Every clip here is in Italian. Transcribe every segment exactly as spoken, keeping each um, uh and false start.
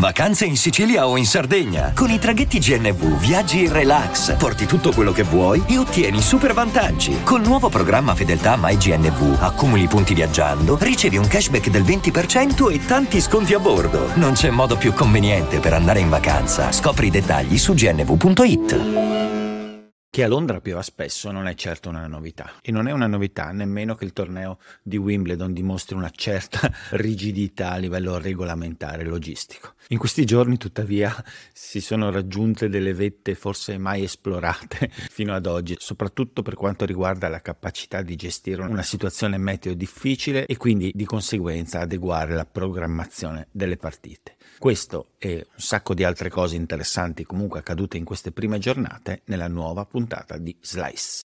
Vacanze in Sicilia o in Sardegna. Con i traghetti G N V viaggi in relax, porti tutto quello che vuoi e ottieni super vantaggi. Col nuovo programma Fedeltà MyGNV accumuli punti viaggiando, ricevi un cashback del venti per cento e tanti sconti a bordo. Non c'è modo più conveniente per andare in vacanza. Scopri i dettagli su g n v punto i t. Che a Londra piova spesso non è certo una novità, e non è una novità nemmeno che il torneo di Wimbledon dimostri una certa rigidità a livello regolamentare e logistico. In questi giorni, tuttavia, si sono raggiunte delle vette forse mai esplorate fino ad oggi, soprattutto per quanto riguarda la capacità di gestire una situazione meteo difficile e quindi di conseguenza adeguare la programmazione delle partite. Questo e un sacco di altre cose interessanti comunque accadute in queste prime giornate nella nuova puntata di Slice.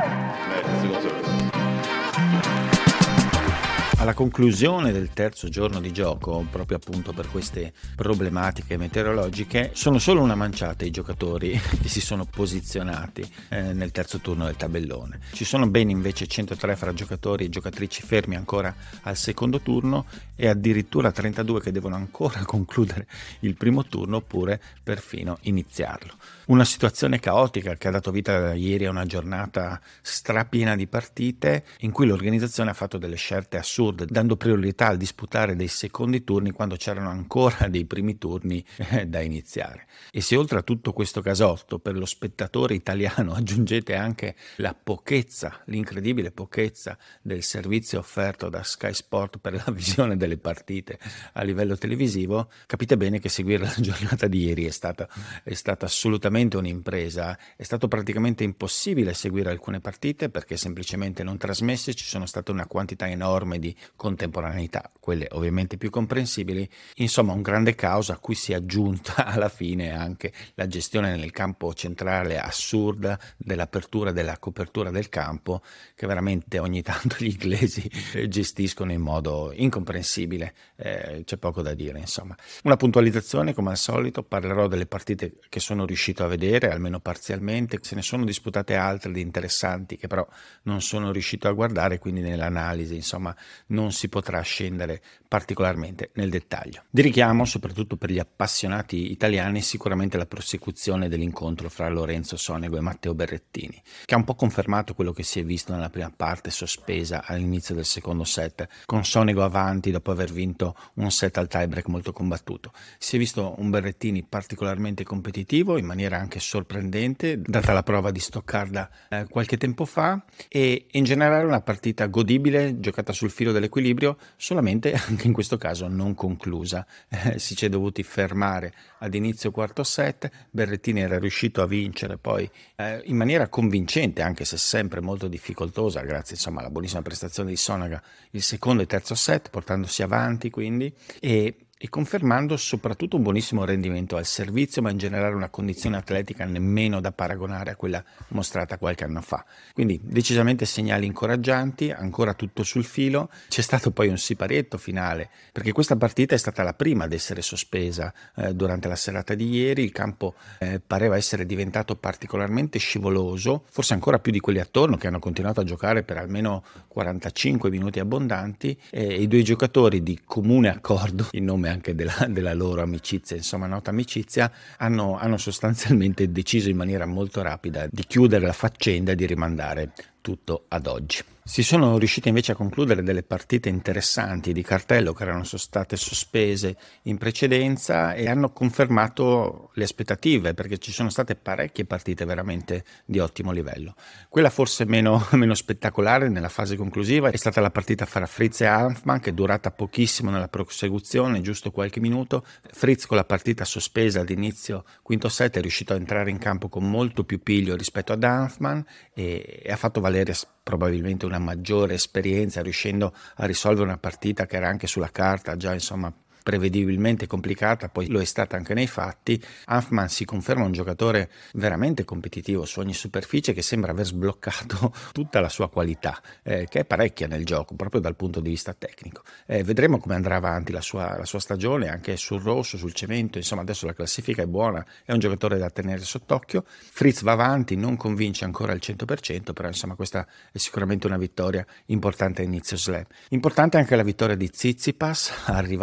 Alla conclusione del terzo giorno di gioco, proprio appunto per queste problematiche meteorologiche, sono solo una manciata i giocatori che si sono posizionati eh, nel terzo turno del tabellone. Ci sono ben invece centotré fra giocatori e giocatrici fermi ancora al secondo turno e addirittura trentadue che devono ancora concludere il primo turno oppure perfino iniziarlo. Una situazione caotica che ha dato vita da ieri a una giornata strapiena di partite in cui l'organizzazione ha fatto delle scelte assurde, dando priorità al disputare dei secondi turni quando c'erano ancora dei primi turni eh, da iniziare. E se oltre a tutto questo casotto per lo spettatore italiano aggiungete anche la pochezza, l'incredibile pochezza del servizio offerto da Sky Sport per la visione delle partite a livello televisivo, capite bene che seguire la giornata di ieri è stata, è stata assolutamente un'impresa. È stato praticamente impossibile seguire alcune partite perché semplicemente non trasmesse, ci sono state una quantità enorme di contemporaneità, quelle ovviamente più comprensibili. Insomma, un grande caos a cui si è aggiunta alla fine anche la gestione nel campo centrale assurda dell'apertura e della copertura del campo, che veramente ogni tanto gli inglesi gestiscono in modo incomprensibile. Eh, c'è poco da dire, insomma. Una puntualizzazione, come al solito, parlerò delle partite che sono riuscito a vedere, almeno parzialmente. Se ne sono disputate altre di interessanti che però non sono riuscito a guardare, quindi nell'analisi, insomma, non si potrà scendere particolarmente nel dettaglio. Di richiamo, soprattutto per gli appassionati italiani, sicuramente la prosecuzione dell'incontro fra Lorenzo Sonego e Matteo Berrettini, che ha un po' confermato quello che si è visto nella prima parte sospesa all'inizio del secondo set, con Sonego avanti dopo aver vinto un set al tiebreak molto combattuto. Si è visto un Berrettini particolarmente competitivo, in maniera anche sorprendente, data la prova di Stoccarda eh, qualche tempo fa, e in generale una partita godibile, giocata sul filo dell'equilibrio, solamente anche in questo caso non conclusa. Eh, si ci è dovuti fermare ad inizio quarto set. Berrettini era riuscito a vincere poi eh, in maniera convincente, anche se sempre molto difficoltosa, grazie insomma alla buonissima prestazione di Sonego, il secondo e terzo set, portandosi avanti quindi, e e confermando soprattutto un buonissimo rendimento al servizio, ma in generale una condizione atletica nemmeno da paragonare a quella mostrata qualche anno fa. Quindi decisamente segnali incoraggianti, ancora tutto sul filo. C'è stato poi un siparietto finale, perché questa partita è stata la prima ad essere sospesa eh, durante la serata di ieri. Il campo eh, pareva essere diventato particolarmente scivoloso, forse ancora più di quelli attorno che hanno continuato a giocare per almeno quarantacinque minuti abbondanti, e i due giocatori di comune accordo, in nome anche della, della loro amicizia, insomma nota amicizia, hanno, hanno sostanzialmente deciso in maniera molto rapida di chiudere la faccenda e di rimandare tutto ad oggi. Si sono riusciti invece a concludere delle partite interessanti di cartello che erano state sospese in precedenza e hanno confermato le aspettative, perché ci sono state parecchie partite veramente di ottimo livello. Quella forse meno, meno spettacolare nella fase conclusiva è stata la partita fra Fritz e Hanfmann, che è durata pochissimo nella prosecuzione, giusto qualche minuto. Fritz, con la partita sospesa ad inizio quinto set, è riuscito a entrare in campo con molto più piglio rispetto ad Hanfmann e, e ha fatto valere probabilmente una maggiore esperienza, riuscendo a risolvere una partita che era anche sulla carta già insomma prevedibilmente complicata, poi lo è stata anche nei fatti. Hanfmann si conferma un giocatore veramente competitivo su ogni superficie, che sembra aver sbloccato tutta la sua qualità, eh, che è parecchia nel gioco proprio dal punto di vista tecnico. Eh, vedremo come andrà avanti la sua, la sua stagione anche sul rosso, sul cemento. Insomma, adesso la classifica è buona, è un giocatore da tenere sott'occhio. Fritz va avanti, non convince ancora al cento per cento, però insomma questa è sicuramente una vittoria importante a inizio slam. Importante anche la vittoria di Tsitsipas, arrivata sul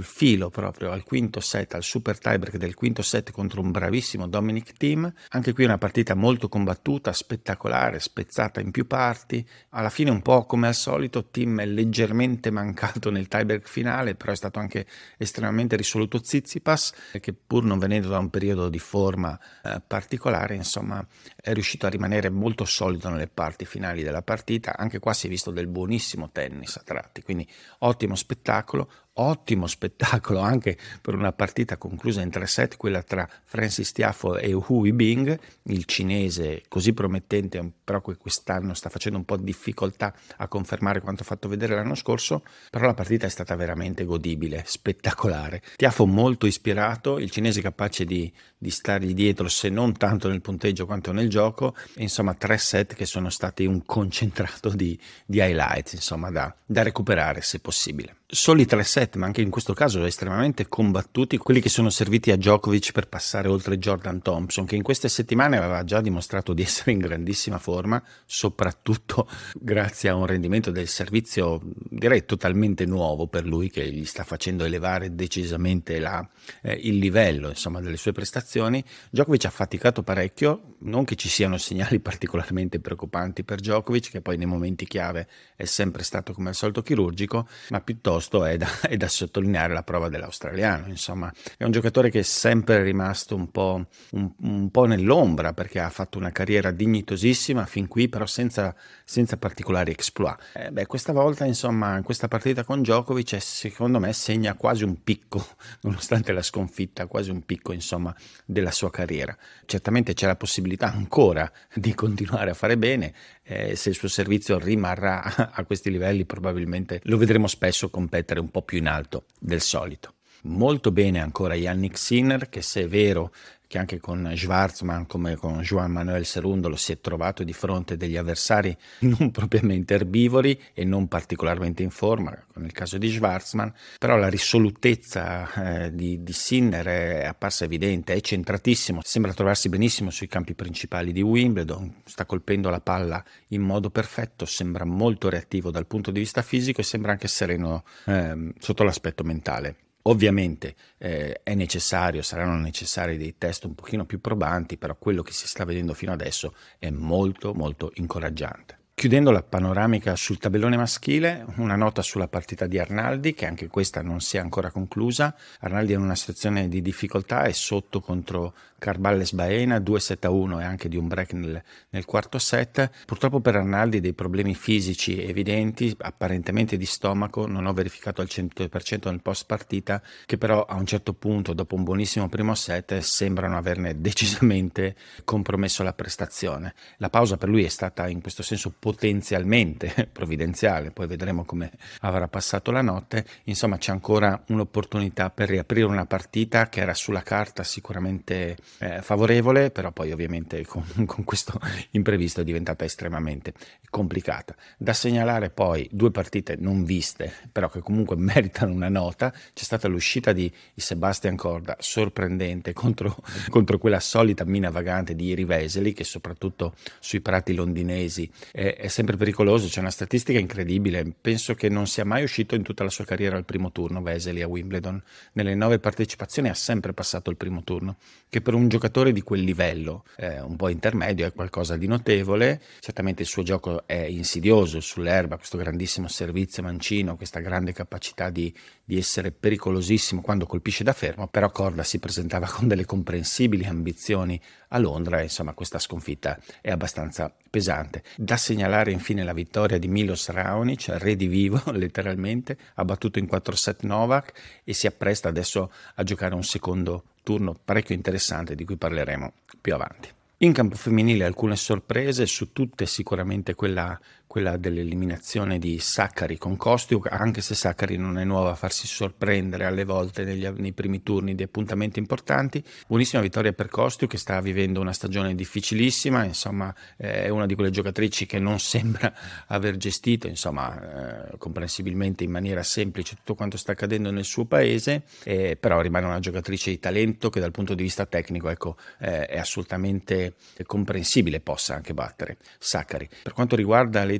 filo proprio al quinto set, al super tiebreak del quinto set contro un bravissimo Dominic Thiem. Anche qui una partita molto combattuta, spettacolare, spezzata in più parti. Alla fine, un po' come al solito, Thiem è leggermente mancato nel tiebreak finale, però è stato anche estremamente risoluto Tsitsipas, che pur non venendo da un periodo di forma eh, particolare, insomma, è riuscito a rimanere molto solido nelle parti finali della partita. Anche qua si è visto del buonissimo tennis a tratti, quindi ottimo spettacolo. Ottimo spettacolo anche per una partita conclusa in tre set, quella tra Francis Tiafoe e Hu Yibing, il cinese così promettente, però che quest'anno sta facendo un po' di difficoltà a confermare quanto fatto vedere l'anno scorso. Però la partita è stata veramente godibile, spettacolare. Tiafoe molto ispirato, il cinese capace di, di stargli dietro, se non tanto nel punteggio quanto nel gioco. E insomma, tre set che sono stati un concentrato di, di highlights, insomma, da, da recuperare se possibile. Soli tre set, ma anche in questo caso estremamente combattuti, quelli che sono serviti a Djokovic per passare oltre Jordan Thompson, che in queste settimane aveva già dimostrato di essere in grandissima forma, soprattutto grazie a un rendimento del servizio direi totalmente nuovo per lui, che gli sta facendo elevare decisamente la, eh, il livello, insomma, delle sue prestazioni. Djokovic ha faticato parecchio, non che ci siano segnali particolarmente preoccupanti per Djokovic, che poi nei momenti chiave è sempre stato come al solito chirurgico, ma piuttosto È da, è da sottolineare la prova dell'australiano. Insomma, è un giocatore che è sempre rimasto un po', un, un po' nell'ombra, perché ha fatto una carriera dignitosissima fin qui, però senza, senza particolari exploit. Eh, beh, questa volta, insomma, questa partita con Djokovic, secondo me, segna quasi un picco, nonostante la sconfitta, quasi un picco, insomma, della sua carriera. Certamente c'è la possibilità ancora di continuare a fare bene. Eh, se il suo servizio rimarrà a questi livelli, probabilmente lo vedremo spesso competere un po' più in alto del solito. Molto bene ancora Jannik Sinner, che, se è vero che anche con Schwartzman come con Juan Manuel Cerundolo si è trovato di fronte degli avversari non propriamente erbivori e non particolarmente in forma, nel caso di Schwartzman, però la risolutezza eh, di, di Sinner è apparsa evidente, è centratissimo, sembra trovarsi benissimo sui campi principali di Wimbledon, sta colpendo la palla in modo perfetto, sembra molto reattivo dal punto di vista fisico e sembra anche sereno eh, sotto l'aspetto mentale. Ovviamente eh, è necessario, saranno necessari dei test un pochino più probanti, però quello che si sta vedendo fino adesso è molto molto incoraggiante. Chiudendo la panoramica sul tabellone maschile, una nota sulla partita di Arnaldi, che anche questa non si è ancora conclusa. Arnaldi è in una situazione di difficoltà, è sotto contro Carballes Baena, due sette a uno e anche di un break nel, nel quarto set. Purtroppo per Arnaldi dei problemi fisici evidenti, apparentemente di stomaco, non ho verificato al cento per cento nel post partita, che però a un certo punto, dopo un buonissimo primo set, sembrano averne decisamente compromesso la prestazione. La pausa per lui è stata in questo senso potenzialmente provvidenziale, poi vedremo come avrà passato la notte. Insomma, c'è ancora un'opportunità per riaprire una partita che era sulla carta sicuramente eh, favorevole, però poi ovviamente con, con questo imprevisto è diventata estremamente complicata. Da segnalare poi due partite non viste, però che comunque meritano una nota. C'è stata l'uscita di Sebastian Korda, sorprendente, contro, contro quella solita mina vagante di Jiri Vesely, che soprattutto sui prati londinesi è, è sempre pericoloso. C'è una statistica incredibile, penso che non sia mai uscito in tutta la sua carriera al primo turno Vesely a Wimbledon. Nelle nove partecipazioni ha sempre passato il primo turno, che per un giocatore di quel livello eh, un po' intermedio è qualcosa di notevole. Certamente il suo gioco è insidioso sull'erba, questo grandissimo servizio mancino, questa grande capacità di, di essere pericolosissimo quando colpisce da fermo, però Korda si presentava con delle comprensibili ambizioni a Londra e insomma questa sconfitta è abbastanza pesante. Da segnalare infine la vittoria di Milos Raonic, redivivo letteralmente, ha battuto in quattro set Novak e si appresta adesso a giocare un secondo turno parecchio interessante di cui parleremo più avanti. In campo femminile alcune sorprese, su tutte sicuramente quella, quella dell'eliminazione di Sakkari con Kostyuk, anche se Sakkari non è nuova a farsi sorprendere alle volte negli, nei primi turni di appuntamenti importanti. Buonissima vittoria per Kostyuk, che sta vivendo una stagione difficilissima, insomma è una di quelle giocatrici che non sembra aver gestito, insomma eh, comprensibilmente in maniera semplice tutto quanto sta accadendo nel suo paese, eh, però rimane una giocatrice di talento che dal punto di vista tecnico ecco eh, è assolutamente è comprensibile possa anche battere Sakkari. Per quanto riguarda le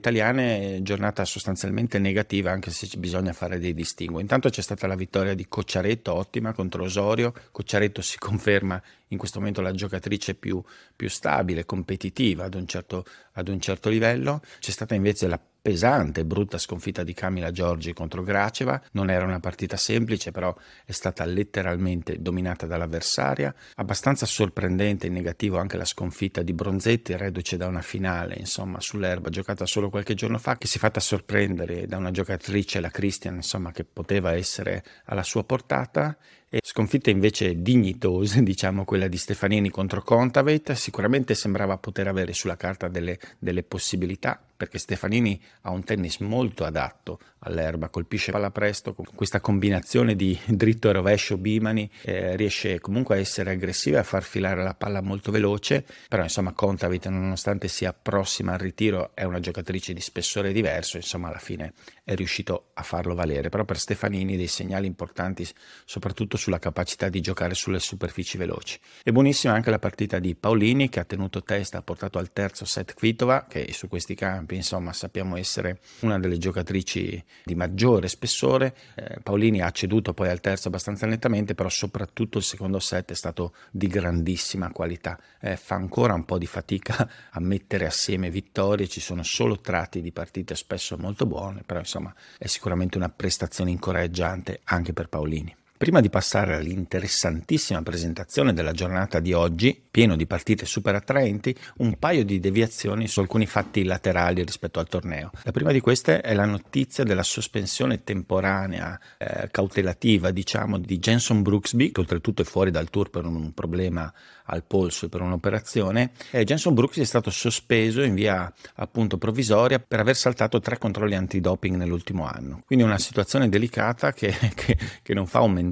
italiane, giornata sostanzialmente negativa, anche se bisogna fare dei distinguo. Intanto c'è stata la vittoria di Cocciaretto, ottima, contro Osorio. Cocciaretto si conferma in questo momento la giocatrice più, più stabile, competitiva ad un certo, ad un certo livello. C'è stata invece la pesante e brutta sconfitta di Camila Giorgi contro Graceva. Non era una partita semplice, però è stata letteralmente dominata dall'avversaria. Abbastanza sorprendente in negativo anche la sconfitta di Bronzetti, reduce da una finale insomma sull'erba giocata solo qualche giorno fa, che si è fatta sorprendere da una giocatrice, la Christian, insomma, che poteva essere alla sua portata. E sconfitte invece dignitose, diciamo quella di Stefanini contro Kontaveit. Sicuramente sembrava poter avere sulla carta delle, delle possibilità, perché Stefanini ha un tennis molto adatto all'erba, colpisce palla presto, con questa combinazione di dritto e rovescio Bimani eh, riesce comunque a essere aggressiva e a far filare la palla molto veloce. Però insomma Kontaveit, nonostante sia prossima al ritiro, è una giocatrice di spessore diverso, insomma alla fine è riuscito a farlo valere. Però per Stefanini dei segnali importanti soprattutto sulla capacità di giocare sulle superfici veloci. È buonissima anche la partita di Paolini, che ha tenuto testa, ha portato al terzo set Kvitova, che su questi campi insomma sappiamo essere una delle giocatrici di maggiore spessore. eh, Paolini ha ceduto poi al terzo abbastanza nettamente, però soprattutto il secondo set è stato di grandissima qualità. Eh, fa ancora un po' di fatica a mettere assieme vittorie, ci sono solo tratti di partite spesso molto buone, però insomma è sicuramente una prestazione incoraggiante anche per Paolini. Prima di passare all'interessantissima presentazione della giornata di oggi, pieno di partite super attraenti, un paio di deviazioni su alcuni fatti laterali rispetto al torneo. La prima di queste è la notizia della sospensione temporanea, eh, cautelativa, diciamo, di Jenson Brooksby, che oltretutto è fuori dal tour per un problema al polso e per un'operazione. E Jenson Brooksby è stato sospeso in via appunto provvisoria per aver saltato tre controlli antidoping nell'ultimo anno. Quindi una situazione delicata che, che, che non fa aumentare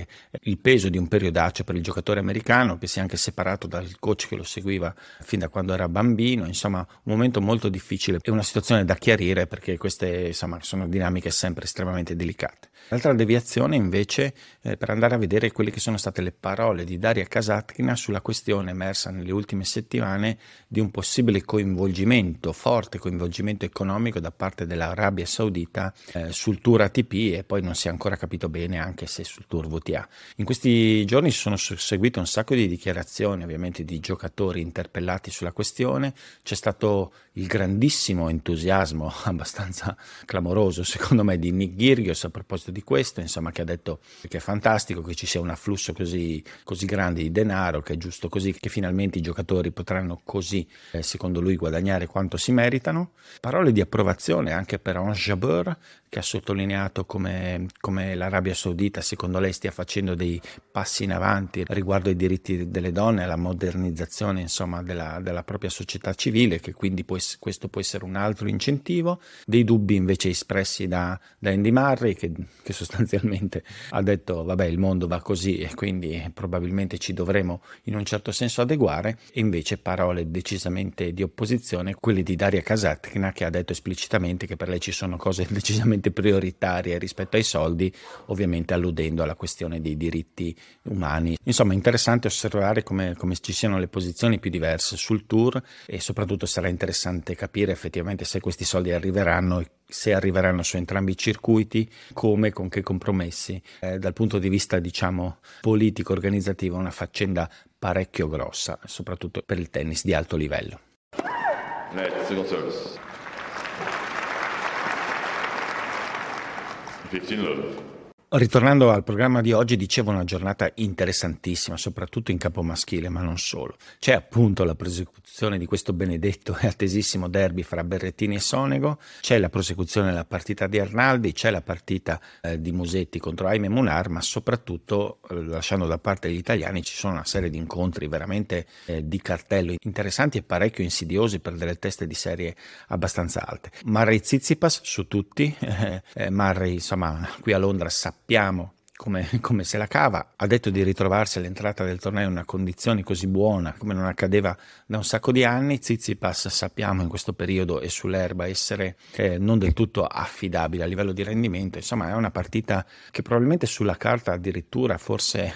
il peso di un periodaccio per il giocatore americano, che si è anche separato dal coach che lo seguiva fin da quando era bambino. Insomma, un momento molto difficile e una situazione da chiarire, perché queste insomma sono dinamiche sempre estremamente delicate. L'altra deviazione invece eh, per andare a vedere quelle che sono state le parole di Daria Kasatkina sulla questione emersa nelle ultime settimane di un possibile coinvolgimento, forte coinvolgimento economico da parte dell'Arabia Saudita eh, sul Tour A T P, e poi non si è ancora capito bene anche se sul Tour V T A. In questi giorni sono seguite un sacco di dichiarazioni, ovviamente di giocatori interpellati sulla questione. C'è stato il grandissimo entusiasmo, abbastanza clamoroso secondo me, di Nick Kyrgios a proposito di questo, insomma, che ha detto che è fantastico che ci sia un afflusso così, così grande di denaro, che è giusto così, che finalmente i giocatori potranno così, eh, secondo lui, guadagnare quanto si meritano. Parole di approvazione anche per Ons Jabeur, che ha sottolineato come, come l'Arabia Saudita, secondo lei, stia facendo dei passi in avanti riguardo ai diritti delle donne, alla modernizzazione insomma della, della propria società civile, che quindi può, questo può essere un altro incentivo. Dei dubbi invece espressi da, da Andy Murray, che, che sostanzialmente ha detto vabbè, il mondo va così e quindi probabilmente ci dovremo in un certo senso adeguare. E invece parole decisamente di opposizione, quelle di Daria Kasatkina, che ha detto esplicitamente che per lei ci sono cose decisamente prioritarie rispetto ai soldi, ovviamente alludendo alla questione dei diritti umani. Insomma, interessante osservare come, come ci siano le posizioni più diverse sul tour, e soprattutto sarà interessante capire effettivamente se questi soldi arriveranno, se arriveranno su entrambi i circuiti, come, con che compromessi. Eh, dal punto di vista, diciamo, politico, organizzativo, una faccenda parecchio grossa, soprattutto per il tennis di alto livello. Net, single service. fifteen love. Ritornando al programma di oggi, dicevo una giornata interessantissima, soprattutto in campo maschile, ma non solo. C'è appunto la prosecuzione di questo benedetto e attesissimo derby fra Berrettini e Sonego, c'è la prosecuzione della partita di Arnaldi, c'è la partita eh, di Musetti contro Jaime Munar, ma soprattutto, eh, lasciando da parte gli italiani, ci sono una serie di incontri veramente eh, di cartello interessanti e parecchio insidiosi per delle teste di serie abbastanza alte. Murray Tsitsipas su tutti, eh, eh, Murray insomma qui a Londra sa Sappiamo come, come se la cava, ha detto di ritrovarsi all'entrata del torneo in una condizione così buona come non accadeva da un sacco di anni. Tsitsipas sappiamo in questo periodo e sull'erba essere eh, non del tutto affidabile a livello di rendimento. Insomma, è una partita che probabilmente sulla carta addirittura forse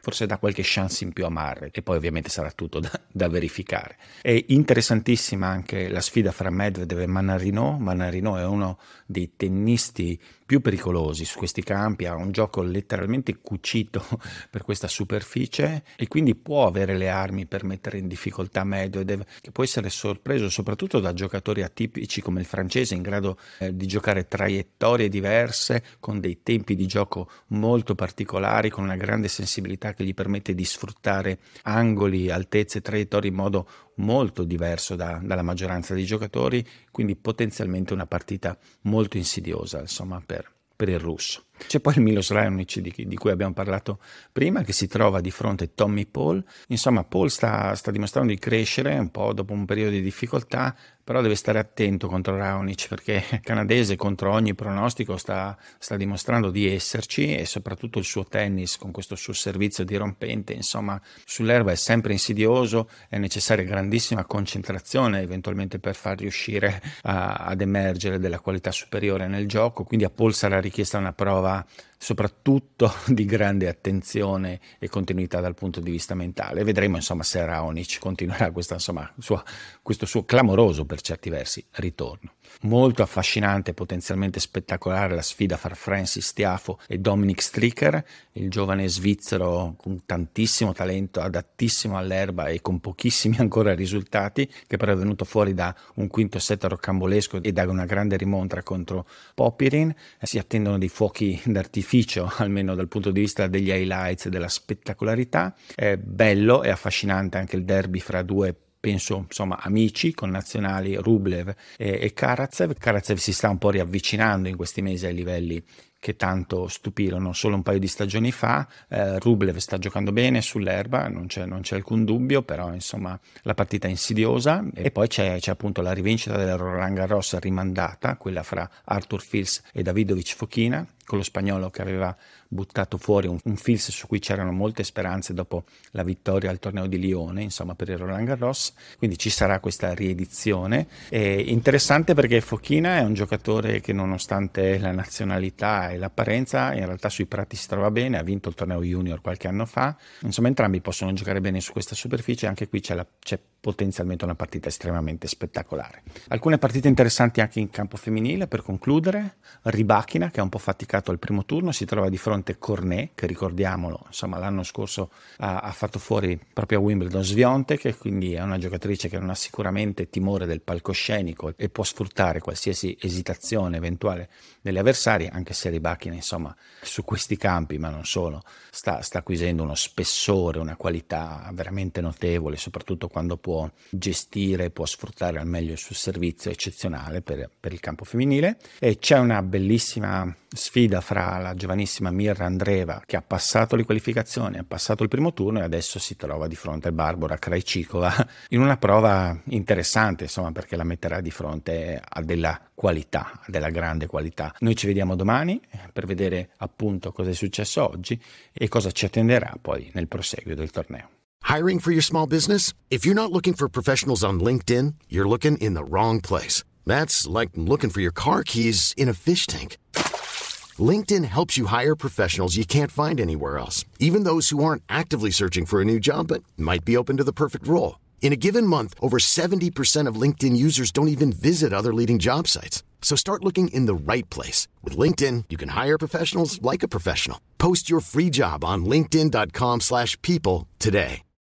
forse dà qualche chance in più a Murray, e poi ovviamente sarà tutto da, da verificare. È interessantissima anche la sfida fra Medvedev e Mannarino. Mannarino è uno dei tennisti più pericolosi su questi campi, ha un gioco letteralmente cucito per questa superficie e quindi può avere le armi per mettere in difficoltà Medvedev, che può essere sorpreso soprattutto da giocatori atipici come il francese, in grado eh, di giocare traiettorie diverse, con dei tempi di gioco molto particolari, con una grande sensibilità che gli permette di sfruttare angoli, altezze, traiettorie in modo molto diverso da, dalla maggioranza dei giocatori, quindi potenzialmente una partita molto insidiosa, insomma, per, per il russo. C'è poi il Milos Raonic di, di cui abbiamo parlato prima, che si trova di fronte a Tommy Paul. Insomma, Paul sta, sta dimostrando di crescere un po' dopo un periodo di difficoltà, però deve stare attento contro Raonic, perché il canadese contro ogni pronostico sta, sta dimostrando di esserci, e soprattutto il suo tennis con questo suo servizio dirompente, insomma, sull'erba è sempre insidioso, è necessaria grandissima concentrazione eventualmente per far riuscire a, ad emergere della qualità superiore nel gioco, quindi a Paul sarà richiesta una prova soprattutto di grande attenzione e continuità dal punto di vista mentale. Vedremo insomma se Raonic continuerà questa, insomma, sua, questo suo clamoroso per certi versi ritorno. Molto affascinante e potenzialmente spettacolare la sfida fra Francis Tiafoe e Dominic Stricker, il giovane svizzero con tantissimo talento, adattissimo all'erba e con pochissimi ancora risultati, che però è venuto fuori da un quinto set rocambolesco e da una grande rimonta contro Popyrin. Si attendono dei fuochi d'artificio, almeno dal punto di vista degli highlights e della spettacolarità. È bello e affascinante anche il derby fra due, penso, insomma, amici connazionali, Rublev e, e Karatsev. Karatsev si sta un po' riavvicinando in questi mesi ai livelli che tanto stupirono solo un paio di stagioni fa. eh, Rublev sta giocando bene sull'erba, non c'è, non c'è alcun dubbio, però insomma la partita è insidiosa. E poi c'è, c'è appunto la rivincita della Roland Garros rimandata, quella fra Arthur Fils e Davidovich Fokina, con lo spagnolo che aveva buttato fuori un, un Fils su cui c'erano molte speranze dopo la vittoria al torneo di Lione, insomma, per il Roland Garros. Quindi ci sarà questa riedizione. È interessante perché Fokina è un giocatore che, nonostante la nazionalità e l'apparenza, in realtà sui prati si trova bene, ha vinto il torneo junior qualche anno fa. Insomma, entrambi possono giocare bene su questa superficie. Anche qui c'è, la, c'è potenzialmente una partita estremamente spettacolare. Alcune partite interessanti anche in campo femminile. Per concludere, Rybakina, che è un po' faticato al primo turno, si trova di fronte a Cornet, che ricordiamolo, insomma, l'anno scorso ha, ha fatto fuori proprio a Wimbledon Swiatek, che quindi è una giocatrice che non ha sicuramente timore del palcoscenico e può sfruttare qualsiasi esitazione eventuale degli avversari, anche se Rybakina, insomma, su questi campi, ma non solo, sta, sta acquisendo uno spessore, una qualità veramente notevole, soprattutto quando può gestire, può sfruttare al meglio il suo servizio eccezionale per, per il campo femminile. E c'è una bellissima sfida fra la giovanissima Mirra Andreeva, che ha passato le qualificazioni, ha passato il primo turno e adesso si trova di fronte a Barbora Krejcikova in una prova interessante, insomma, perché la metterà di fronte a della qualità, a della grande qualità. Noi ci vediamo domani per vedere appunto cosa è successo oggi e cosa ci attenderà poi nel proseguio del torneo. Hiring for your small business? If you're not looking for professionals on LinkedIn, you're looking in the wrong place. That's like looking for your car keys in a fish tank. LinkedIn helps you hire professionals you can't find anywhere else, even those who aren't actively searching for a new job but might be open to the perfect role. In a given month, over seventy percent of LinkedIn users don't even visit other leading job sites. So start looking in the right place. With LinkedIn, you can hire professionals like a professional. Post your free job on linkedin dot com slash people today.